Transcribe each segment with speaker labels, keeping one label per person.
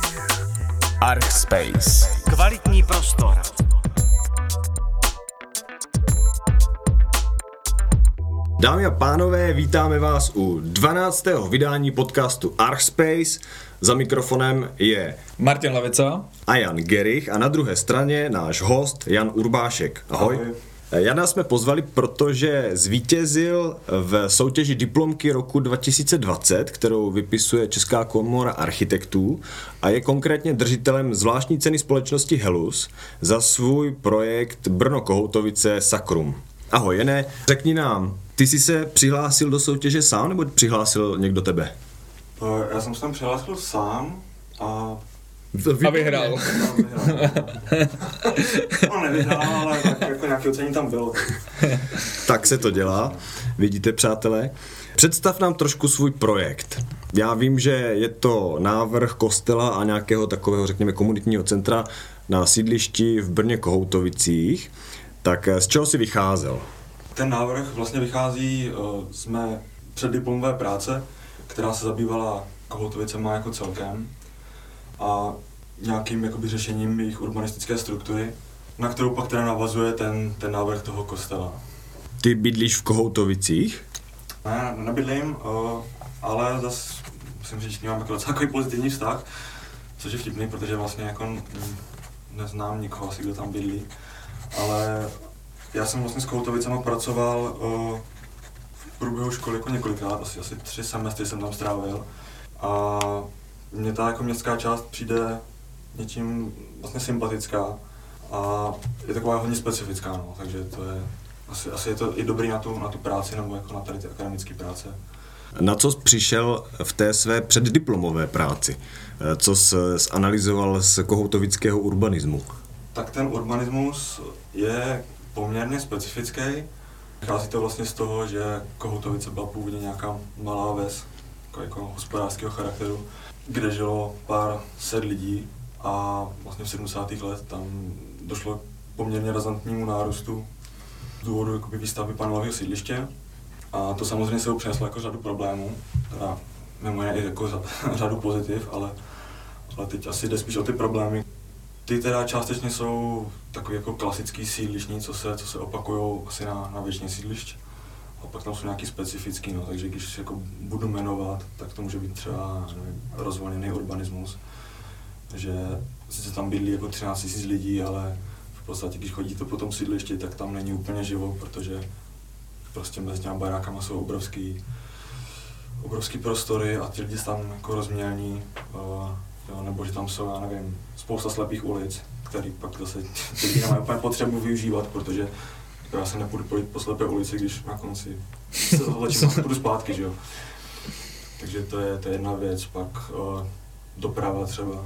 Speaker 1: Archspace.
Speaker 2: Kvalitní prostor.
Speaker 3: Dámy a pánové, vítáme vás u 12. vydání podcastu Archspace. Za mikrofonem je
Speaker 4: Martin Lavica
Speaker 3: a Jan Gerich a na druhé straně náš host Jan Urbášek. Ahoj.
Speaker 5: Ahoj.
Speaker 3: Jana jsme pozvali, protože zvítězil v soutěži diplomky roku 2020, kterou vypisuje Česká komora architektů a je konkrétně držitelem zvláštní ceny společnosti Helus za svůj projekt Brno-Kohoutovice Sakrum. Ahoj Jene, řekni nám, ty jsi se přihlásil do soutěže sám nebo přihlásil někdo tebe?
Speaker 5: Já jsem se tam přihlásil sám a
Speaker 4: vyhrál.
Speaker 5: No nevyhrál, ale jako nějaké ocenění tam bylo.
Speaker 3: Tak se to dělá, vidíte přátelé. Představ nám trošku svůj projekt. Já vím, že je to návrh kostela a nějakého takového, řekněme, komunitního centra na sídlišti v Brně Kohoutovicích. Tak z čeho jsi vycházel?
Speaker 5: Ten návrh vlastně vychází z mé předdiplomové práce, která se zabývala Kohoutovicema jako celkem a nějakým jakoby řešením jejich urbanistické struktury, na kterou pak teda navazuje ten návrh toho kostela.
Speaker 3: Ty bydlíš v Kohoutovicích?
Speaker 5: Ne, nebydlím, ale zase musím říct, že mám jako docela takový pozitivní vztah, což je vtipný, protože vlastně jako neznám nikoho asi, kdo tam bydlí. Ale já jsem vlastně s Kohoutovicema pracoval v průběhu školy jako několikrát, asi 3 semestry jsem tam strávil. A mně ta jako městská část přijde něčím vlastně sympatická a je taková hodně specifická, no, takže to je, asi je to i dobrý na tu práci nebo jako na tady ty akademické práce.
Speaker 3: Na co jsi přišel v té své předdiplomové práci? Co jsi zanalyzoval z kohoutovického urbanismu?
Speaker 5: Tak ten urbanismus je poměrně specifický. Vychází to vlastně z toho, že Kohoutovice byla původně nějaká malá ves, jako hospodářského charakteru, kde žilo pár set lidí a vlastně v 70. let tam došlo k poměrně razantnímu nárůstu z důvodu jakoby výstavby panelového sídliště. A to samozřejmě sebou přineslo jako řadu problémů, teda mimo jiné i jako řadu pozitiv, ale teď asi jde spíš o ty problémy. Ty teda částečně jsou takový jako klasický sídlišní, co se opakujou asi na většině sídlišť. A pak tam jsou nějaký specifický, no, takže když jako budu jmenovat, tak to může být třeba rozvolněný urbanismus, že sice tam bydlí jako 13 000 lidí, ale v podstatě, když chodíte po tom sídlišti, tak tam není úplně živo, protože prostě mezi těma barákama jsou obrovský prostory a ti lidi se tam jako rozmělní, nebo že tam jsou, já nevím, spousta slepých ulic, který pak zase ti lidi nemají úplně potřebu využívat, protože já se nepůjdu projít po slepé ulici, když na konci se zavlečím a půjdu zpátky, že jo. Takže to je jedna věc, pak doprava třeba,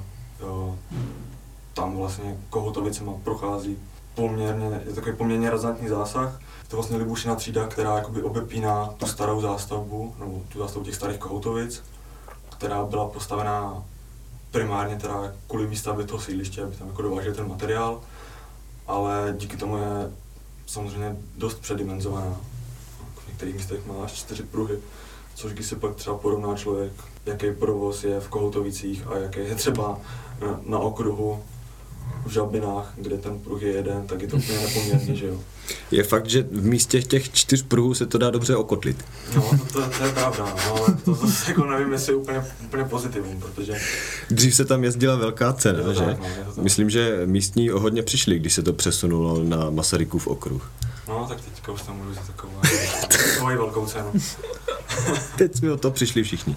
Speaker 5: tam vlastně Kohoutovicema prochází je takový poměrně razantní zásah. To vlastně Libušina třída, která jakoby obepíná tu starou zástavbu, nebo tu zástavbu těch starých Kohoutovic, která byla postavená primárně teda kvůli výstavbě toho sídliště, aby tam jako dováželi ten materiál, ale díky tomu je samozřejmě dost předimenzovaná. V některých místech má až 4 pruhy, což když se pak třeba porovná člověk, jaký provoz je v Kohoutovicích a jaký je třeba na okruhu v Žabinách, kde ten pruh je jeden, tak je to úplně nepoměrný, že jo.
Speaker 3: Je fakt, že v místě těch 4 pruhů se to dá dobře okotlit.
Speaker 5: No, to je pravda, no, ale to zase jako nevím, jestli je úplně pozitivum, protože...
Speaker 3: Dřív se tam jezdila velká cena, že?
Speaker 5: Tak, no,
Speaker 3: Myslím, že místní o hodně přišli, když se to přesunulo na Masarykův okruh.
Speaker 5: No, tak teďka už tam můžu za takovou velkou cenu.
Speaker 3: Teď jsme o to přišli všichni.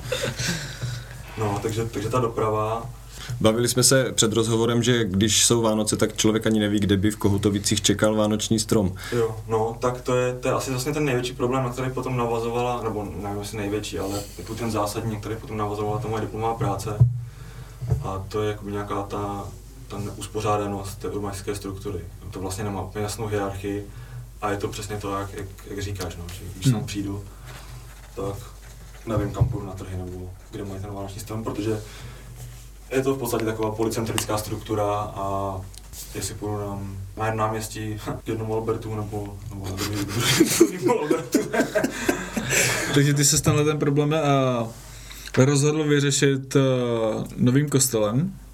Speaker 5: No, takže ta doprava...
Speaker 3: Bavili jsme se před rozhovorem, že když jsou Vánoce, tak člověk ani neví, kde by v Kohoutovicích čekal vánoční strom.
Speaker 5: Jo, no, tak to je asi vlastně ten největší problém, na který potom navazovala, nebo nevím, jestli největší, ale jako ten zásadní, na který potom navazovala ta moje diplomová práce. A to je jakoby nějaká ta neuspořádanost té urbanistické struktury. To vlastně nemá úplně jasnou hierarchii a je to přesně to, jak říkáš, no, že když tam přijdu, tak nevím, kam půjdu na trhy nebo kde mají ten vánoční strom, protože je to v podstatě taková polycentrická struktura a jestli půjdu na jednom náměstí k jednomu Albertu nebo na druhým Albertu.
Speaker 4: Takže ty se tenhle ten problém rozhodl vyřešit novým kostelem.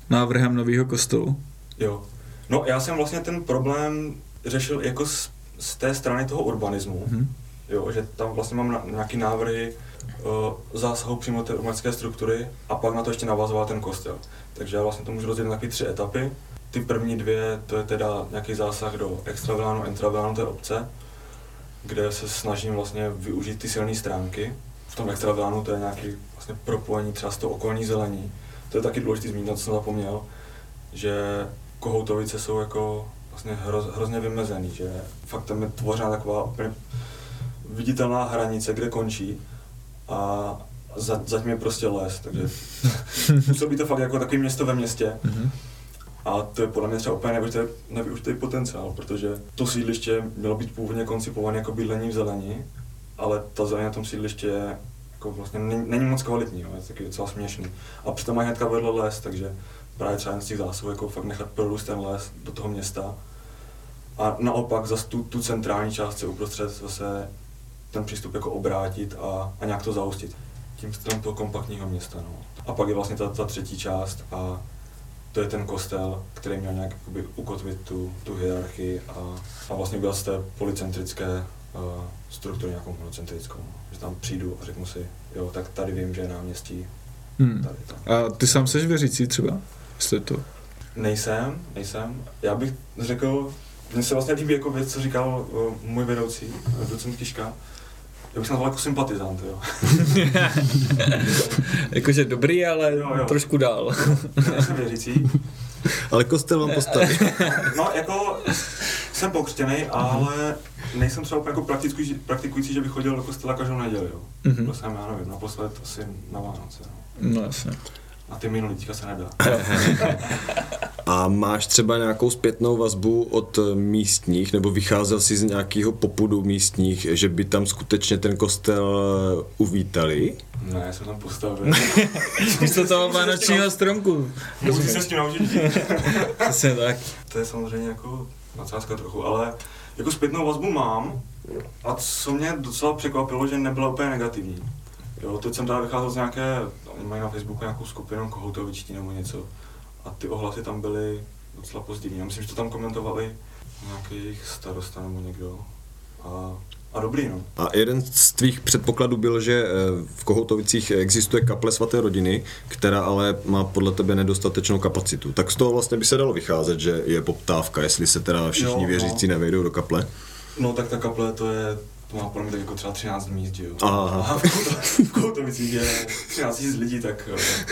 Speaker 4: návrhem nového kostelu.
Speaker 5: Jo. No já jsem vlastně ten problém řešil jako z té strany toho urbanismu, jo, že tam vlastně mám nějaký návrhy zásahu přímo té umělecké struktury a pak na to ještě navazoval ten kostel. Takže já vlastně to můžu rozdělit na takové 3 etapy. Ty první 2, to je teda nějaký zásah do extravilánu, intravilánu té obce, kde se snažím vlastně využít ty silné stránky. V tom extravilánu to je nějaké vlastně propojení třeba s tou okolní zelení. To je taky důležité zmínit, co jsem zapomněl, že Kohoutovice jsou jako vlastně hrozně vymezený, že fakt tam je tvořena taková úplně viditelná hranice, kde končí a zatím je prostě les, takže působí to fakt jako takový město ve městě. A to je podle mě třeba úplně nevyužitý potenciál, protože to sídliště mělo být původně koncipované jako bydlení v zelení, ale ta zeleň na tom sídliště jako vlastně není moc kvalitní, jo, je taky docela směšný. A přitom mají hnedka vedle les, takže právě třeba z těch zásahů jako fakt nechat prorůst ten les do toho města. A naopak zase tu centrální část se uprostřed zase ten přístup jako obrátit a nějak to zaustit. Tím stylem toho kompaktního města. No. A pak je vlastně ta třetí část a to je ten kostel, který měl nějak jakoby ukotvit tu hierarchii a vlastně udělat z té polycentrické struktury nějakou monocentrickou. Že tam přijdu a řeknu si, jo, tak tady vím, že je náměstí. Tady.
Speaker 4: A ty sám seš věřící třeba? Jestli to?
Speaker 5: Nejsem. Já bych řekl, mně se vlastně líbí jako věc, co říkal můj vedoucí, docent Kiška. Já bych se nazval jako sympatizant, jo.
Speaker 4: Jakože dobrý, ale jo. Trošku dál.
Speaker 5: Já jsem věřící.
Speaker 3: Ale kostel vám postaví.
Speaker 5: No, jako jsem pokřtěnej, ale nejsem třeba jako praktikující, že bych chodil do kostela každou neděli, jo. To jsem, já nevím, naposled asi na Vánoce,
Speaker 4: no. No jasně.
Speaker 5: A ty minulý teďka se nedá.
Speaker 3: A máš třeba nějakou zpětnou vazbu od místních, nebo vycházel jsi z nějakého popudu místních, že by tam skutečně ten kostel uvítali?
Speaker 5: Ne, já jsem tam postavil.
Speaker 4: Místo toho vánočního stromku.
Speaker 5: Musím se s tím naučit.
Speaker 4: Přesně tak.
Speaker 5: To je samozřejmě jako nadsázka trochu, ale jako zpětnou vazbu mám a co mě docela překvapilo, že nebyla úplně negativní. Jo, teď jsem teda vycházel z nějaké, oni mají na Facebooku nějakou skupinu Kohoutovičtí nebo něco a ty ohlasy tam byly docela pozitivní. Já myslím, že to tam komentovali nějaký jejich starosta nebo někdo a dobrý, no.
Speaker 3: A jeden z tvých předpokladů byl, že v Kohoutovicích existuje kaple svaté rodiny, která ale má podle tebe nedostatečnou kapacitu. Tak z toho vlastně by se dalo vycházet, že je poptávka, jestli se teda všichni věřící nevejdou do kaple?
Speaker 5: No tak ta kaple to má podle mě tak jako třeba 13 míst, jo.
Speaker 3: Aha.
Speaker 5: A v Kohoutovicích je 13 000 lidí, tak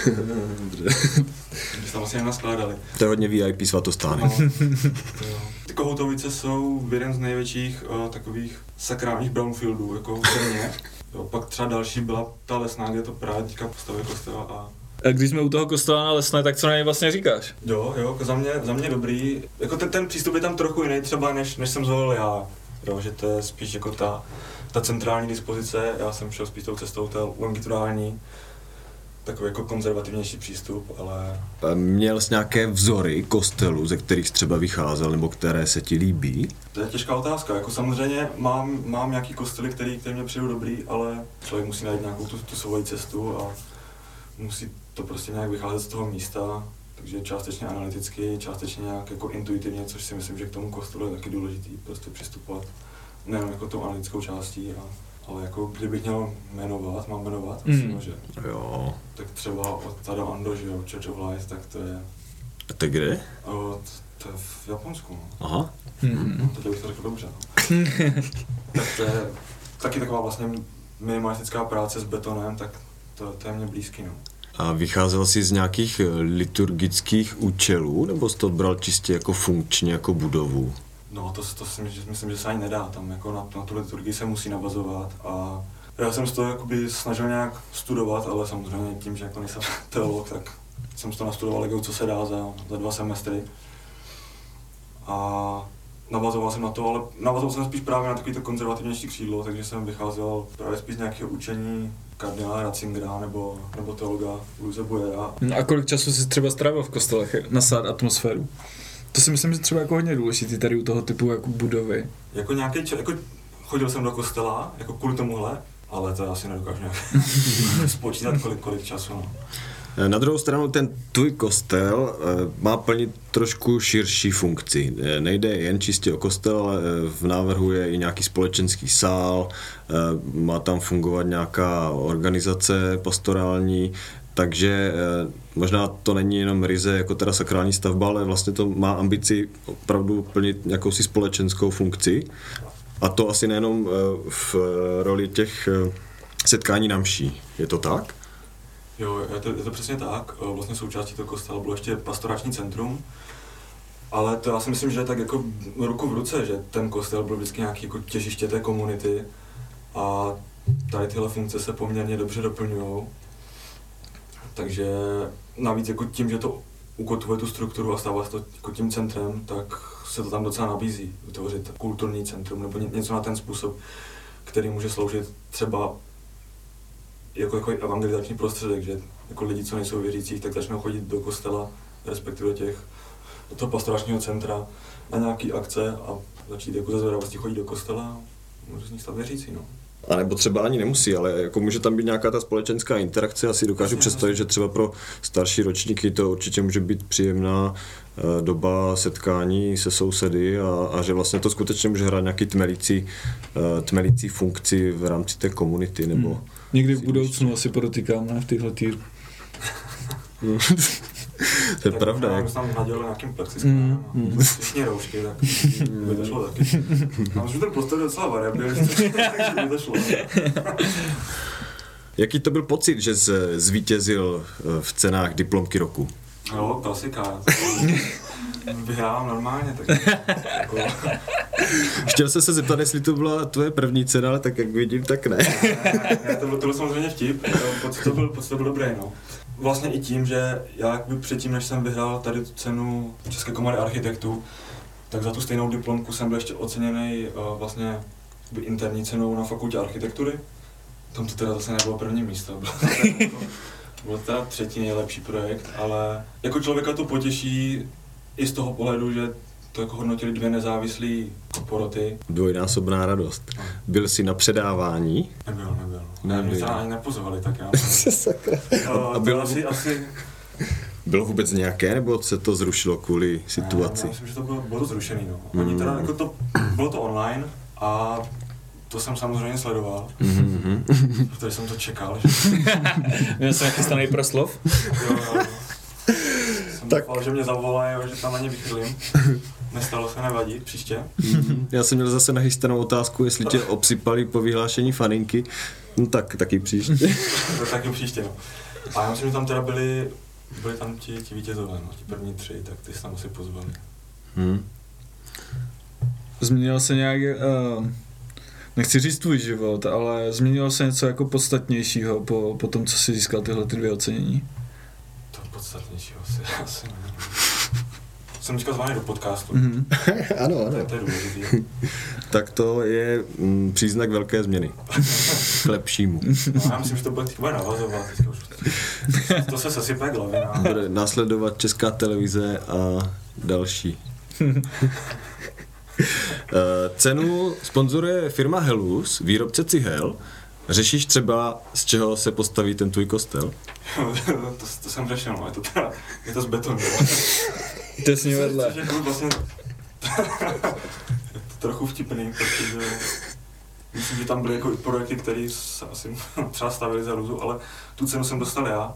Speaker 5: když tam asi nenaskládali.
Speaker 3: To je hodně VIP svatostány.
Speaker 5: No, ty Kohoutovice jsou jeden z největších takových sakrálních brownfieldů, jako v Brně. Jo, pak třeba další byla ta Lesná, kde to právě teďka postavili kostela
Speaker 4: A když jsme u toho kostela na Lesné, tak co na něj vlastně říkáš?
Speaker 5: Jo, za mě dobrý. Jako ten přístup je tam trochu jiný třeba, než jsem zvolil já. Jo, že to je spíš jako ta centrální dispozice, já jsem šel spíš tou cestou té longitudinální, takový jako konzervativnější přístup, ale...
Speaker 3: Měl jsi nějaké vzory kostelů, ze kterých jsi třeba vycházel, nebo které se ti líbí?
Speaker 5: To je těžká otázka, jako samozřejmě mám nějaký kostely, který mě přijdou dobrý, ale člověk musí najít nějakou tu svoji cestu a musí to prostě nějak vycházet z toho místa, takže částečně analyticky, částečně nějak jako intuitivně, což si myslím, že k tomu kostelu je taky důležitý, prostě přistupovat nejen jako tou analytickou částí, ale jako kdybych měl mám jmenovat, myslím, že
Speaker 3: jo.
Speaker 5: Tak třeba od Tado Ando, že jo, Church of Life, tak to je...
Speaker 3: A to kde?
Speaker 5: To je v Japonsku, no.
Speaker 3: Aha.
Speaker 5: No, teď bych to řekl dobře, no. Tak to je taky taková vlastně minimalistická práce s betonem, tak to je mě blízký, no.
Speaker 3: A vycházel jsi z nějakých liturgických účelů, nebo jsi to bral čistě jako funkčně, jako budovu?
Speaker 5: No, to si myslím, že se ani nedá, tam jako na tu liturgii se musí navazovat a já jsem se to jakoby snažil nějak studovat, ale samozřejmě tím, že jako nejsem teolog, tak jsem to nastudoval jako co se dá za 2 semestry. A navazoval jsem na to, ale navazoval jsem spíš právě na takovýto konzervativnější křídlo, takže jsem vycházel právě spíš z nějakého učení kardinála Ratzingera nebo teologa Luise Buyera.
Speaker 4: A kolik času jsi třeba strávil v kostelech, nasát atmosféru? To si myslím, že třeba jako hodně důležitý tady u toho typu jako budovy.
Speaker 5: Jako jako chodil jsem do kostela, jako kvůli tomuhle, ale to asi nedokážu nějak spočítat kolik času, no.
Speaker 3: Na druhou stranu ten tvůj kostel má plnit trošku širší funkci. Nejde jen čistě o kostel, ale v návrhu je i nějaký společenský sál, má tam fungovat nějaká organizace pastorální, takže možná to není jenom ryze jako teda sakrální stavba, ale vlastně to má ambici opravdu plnit jakousi společenskou funkci. A to asi nejenom v roli těch setkání na mší. Je to tak?
Speaker 5: Jo, je to přesně tak. Vlastně součástí toho kostela bylo ještě pastorační centrum, ale to já si myslím, že je tak jako ruku v ruce, že ten kostel byl vždycky nějaký jako těžiště té komunity a tady tyhle funkce se poměrně dobře doplňují. Takže navíc jako tím, že to ukotvuje tu strukturu a stává se to jako tím centrem, tak se to tam docela nabízí vytvořit kulturní centrum nebo něco na ten způsob, který může sloužit třeba jako evangelizační prostředek, že jako lidi, co nejsou věřící, tak začnou chodit do kostela, respektive do toho pastoračního centra na nějaký akce a začít jako ze zvědavosti chodit do kostela a může z nich stát věřící, no.
Speaker 3: A nebo třeba ani nemusí, ale jako může tam být nějaká ta společenská interakce, asi dokážu představit, že třeba pro starší ročníky to určitě může být příjemná doba setkání se sousedy a že vlastně to skutečně může hrát nějaký tmelící funkci v rámci té komunity, nebo...
Speaker 4: Někdy v budoucnu asi podotýkám, ne? V téhle týr.
Speaker 3: To je pravda.
Speaker 5: Já bych tam nadělal nějakým plexisklánem a všichni roušky, tak by to šlo taky. A myslím, že ten prostor je docela variabilní, takže by to šlo.
Speaker 3: Jaký to byl pocit, že zvítězil v cenách diplomky roku?
Speaker 5: Jo, klasika. Vyhrávám normálně, tak jako...
Speaker 3: Chtěl jsem se zeptat, jestli to byla tvoje první cena, ale tak jak vidím, tak ne.
Speaker 5: Ne, to byl samozřejmě vtip, pocit to byl dobrý, no. Vlastně i tím, že já jakby předtím, než jsem vyhrál tady tu cenu České komory architektů, tak za tu stejnou diplomku jsem byl ještě oceněný vlastně interní cenou na fakultě architektury. Tam to teda zase nebylo první místo, byl teda třetí nejlepší projekt, ale jako člověka to potěší i z toho pohledu, že to jako hodnotili dvě nezávislé poroty.
Speaker 3: Dvojnásobná radost. Byl jsi na předávání?
Speaker 5: Nebyl. Mě se ani nepozvali, tak já.
Speaker 3: A bylo asi... Bylo vůbec nějaké, nebo se to zrušilo kvůli situaci?
Speaker 5: Já myslím, že to bylo zrušený, no. Oni teda, jako bylo to online a to jsem samozřejmě sledoval, protože jsem to čekal, že...
Speaker 4: Měl jsem nachystaný proslov?
Speaker 5: Jo. Jsem doufal, že mě zavolají, že tam na ně vychrlím. Nestalo se, nevadí, příště.
Speaker 3: Já jsem měl zase nachystanou otázku, jestli tě obsypali po vyhlášení faninky. No tak, taky příště.
Speaker 5: Taky příště, no. A já myslím, že tam teda byli tam ti vítězové, no, ti první tři, tak ty se tam asi pozvali.
Speaker 4: Změnil se nějak, nechci říct tvůj život, ale změnilo se něco jako podstatnějšího po tom, co jsi získal tyhle ty dvě ocenění?
Speaker 5: To podstatnějšího asi ne. Jsem teďka zvaný do podcastu.
Speaker 3: Ano.
Speaker 5: To je důležitý.
Speaker 3: Tak to je příznak velké změny. K lepšímu.
Speaker 5: No, já myslím, že to bude navazovat. To se sesype jak lavina.
Speaker 3: Bude následovat Česká televize a další. Cenu sponzoruje firma Helus, výrobce cihel. Řešíš třeba, z čeho se postaví ten tvůj kostel?
Speaker 5: To jsem řešil, no. Je to z betonu.
Speaker 4: Těsně vedle.
Speaker 5: Což je vlastně je to trochu vtipný, protože myslím, že tam byly jako projekty, které se asi třeba stavili za Ruzu, ale tu cenu jsem dostal já.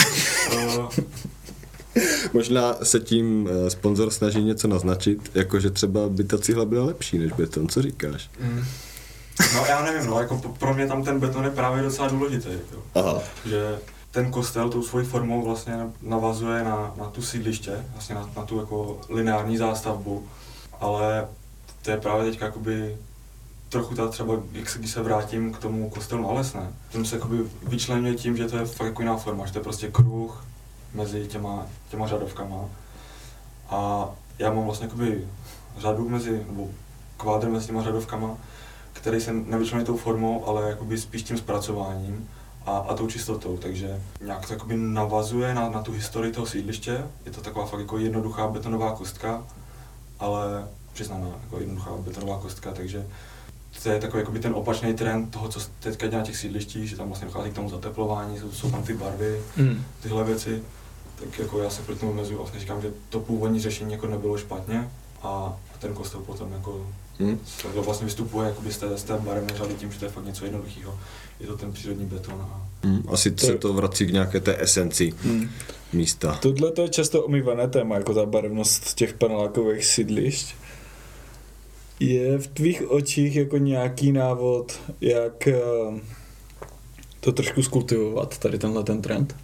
Speaker 3: Možná se tím sponzor snaží něco naznačit, jakože třeba by ta cihla byla lepší než beton, co říkáš?
Speaker 5: No já nevím, no, jako pro mě tam ten beton je právě docela důležitý. Jo.
Speaker 3: Aha.
Speaker 5: Že ten kostel tou svojí formou vlastně navazuje na tu sídliště, vlastně na tu jako lineární zástavbu, ale to je právě teď jakoby trochu ta třeba, když se vrátím k tomu kostelu na Lesné, tím se jakoby vyčleňuje tím, že to je fakt jako jiná forma, že to je prostě kruh mezi těma řadovkama a já mám vlastně jakoby řadu nebo kvádr mezi těma řadovkama, který se nevyčlenuje tou formou, ale jakoby spíš tím zpracováním a tou čistotou, takže nějak to jakoby navazuje na tu historii toho sídliště. Je to taková fakt jako jednoduchá betonová kostka, ale přiznaná jako jednoduchá betonová kostka, takže to je takový jakoby ten opačný trend toho, co teďka dělá na těch sídlištích, že tam vlastně dochází k tomu zateplování, jsou tam ty barvy, tyhle věci. Tak jako já se proti tomu omezuju, vlastně říkám, že to původní řešení jako nebylo špatně a ten kostel potom jako vlastně vystupuje jakoby z té barevné řady tím, že to je fakt něco jednoduchého. Je to ten přírodní beton.
Speaker 3: Asi se to vrací k nějaké té esenci místa.
Speaker 4: Tohle to je často omývané téma, jako ta barevnost těch panelákových sídlišť. Je v tvých očích jako nějaký návod, jak to trošku skultivovat, tady tenhle ten trend?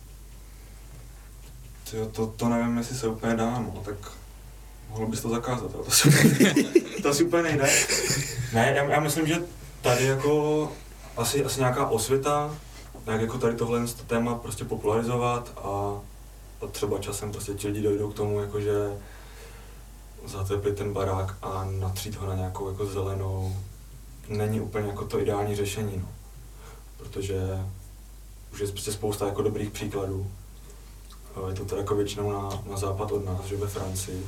Speaker 5: To nevím, jestli se úplně dá, no, tak mohlo bys to zakázat, jo? To asi úplně nejde. Ne, já myslím, že tady jako asi nějaká osvěta, jak jako tady tohle téma prostě popularizovat a třeba časem prostě ti lidi dojdou k tomu, jakože zateplit ten barák a natřít ho na nějakou jako zelenou, není úplně jako to ideální řešení, no. Protože už je prostě spousta jako dobrých příkladů. Je to teda jako většinou na západ od nás, že ve Francii,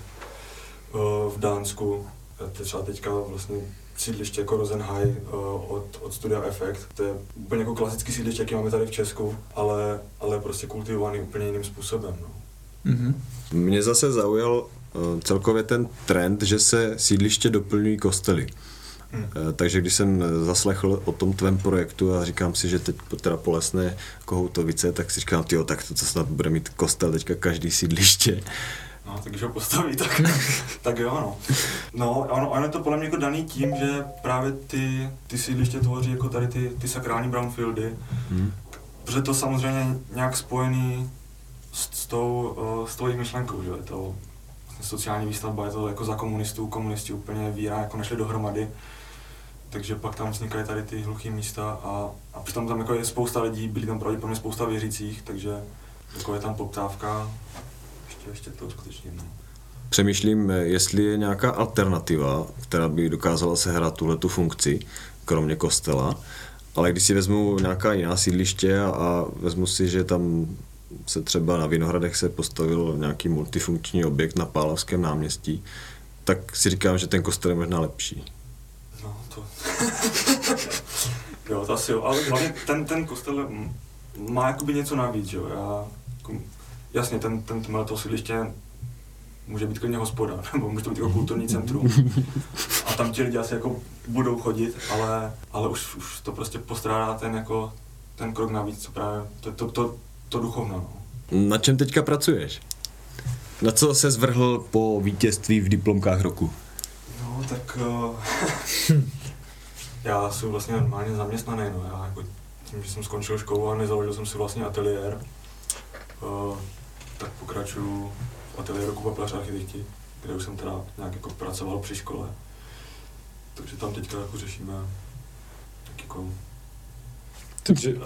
Speaker 5: v Dánsku, třeba teďka vlastně sídliště jako Rosenheim od Studia Effect, to je úplně jako klasický sídliště, jaký máme tady v Česku, ale prostě kultivovaný úplně jiným způsobem. No.
Speaker 3: Mm-hmm. Mě zase zaujal celkově ten trend, že se sídliště doplňují kostely. Takže když jsem zaslechl o tom tvém projektu a říkám si, že teď teda po Lesné Kohoutovice, tak si říkám, tyjo, tak to snad bude mít kostel teďka každý sídliště.
Speaker 5: No, tak když ho postaví, tak jo, no. No, ono je to podle mě jako daný tím, že právě ty sídliště tvoří jako tady ty sakrální brownfieldy, protože to samozřejmě nějak spojený s tou jejich myšlenkou, že je to vlastně sociální výstavba, je to jako za komunisti úplně víra, jako nešli dohromady. Takže pak tam vznikají tady ty hluché místa a přitom tam jako je spousta lidí, byli tam pravděpodobně spousta věřících, takže jako je tam poptávka, ještě to skutečně. No.
Speaker 3: Přemýšlím, jestli je nějaká alternativa, která by dokázala sehrát tuhletu funkci, kromě kostela, ale když si vezmu nějaká jiná sídliště a vezmu si, že tam se třeba na Vinohradech se postavil nějaký multifunkční objekt na Pálavském náměstí, tak si říkám, že ten kostel je možná lepší.
Speaker 5: No, to... jo, to asi jo, ale hlavně ten kostel má jakoby něco navíc, jo, jasně, to sídliště může být klidně hospoda, nebo může to být jako kulturní centrum a tam ti lidi asi jako budou chodit, ale už to prostě postrádá ten krok navíc, co právě, to duchovno, no.
Speaker 3: Na čem teďka pracuješ? Na co se zvrhl po vítězství v diplomkách roku?
Speaker 5: No, tak já jsem vlastně normálně zaměstnaný, no. Já jako tím, že jsem skončil školu a nezaložil jsem si vlastně ateliér, tak pokračuju v ateliéru Kuba Pilař architekti, kde už jsem teda nějak jako pracoval při škole. Takže tam teďka jako řešíme tak jako...
Speaker 4: Takže...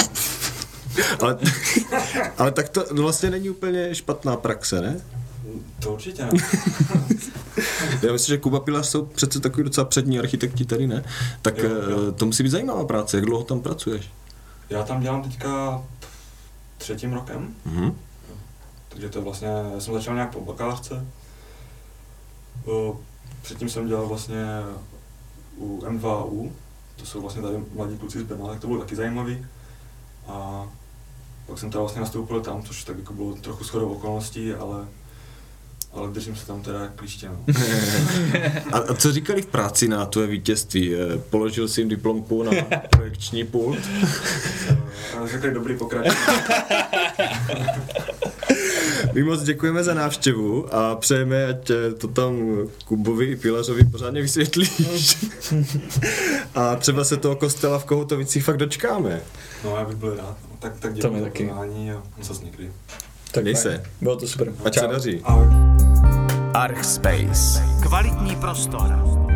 Speaker 3: ale tak to vlastně není úplně špatná praxe, ne?
Speaker 5: To určitě ne.
Speaker 3: Já myslím, že Kuba Pilař jsou přece takový docela přední architekti tady, ne? Tak jo. To musí být zajímavá práce. Jak dlouho tam pracuješ?
Speaker 5: Já tam dělám teďka 3. rokem.
Speaker 3: Mm-hmm.
Speaker 5: Takže to vlastně, já jsem začal nějak po bakalářce. Předtím jsem dělal vlastně u M2U, to jsou vlastně tady mladí kluci z Brna, tak to bylo taky zajímavý. A pak jsem teda vlastně nastoupil tam, což tak jako bylo trochu shodou okolností, ale držím se tam teda jak klíště, no.
Speaker 3: A co říkali v práci na tvoje vítězství? Položil jsi jim diplomku na projekční pult?
Speaker 5: Řekli dobrý pokračování.
Speaker 3: My moc děkujeme za návštěvu a přejeme, ať to tam Kubovi i Pilařovi pořádně vysvětlíš. A třeba se toho kostela v Kohoutovicích fakt dočkáme.
Speaker 5: No, já bych byl rád. No. Tak děkuji za pozvání a zase někdy.
Speaker 3: Tak měj se.
Speaker 4: Bylo to super.
Speaker 3: Ať se daří.
Speaker 1: Archspace. Kvalitní prostor.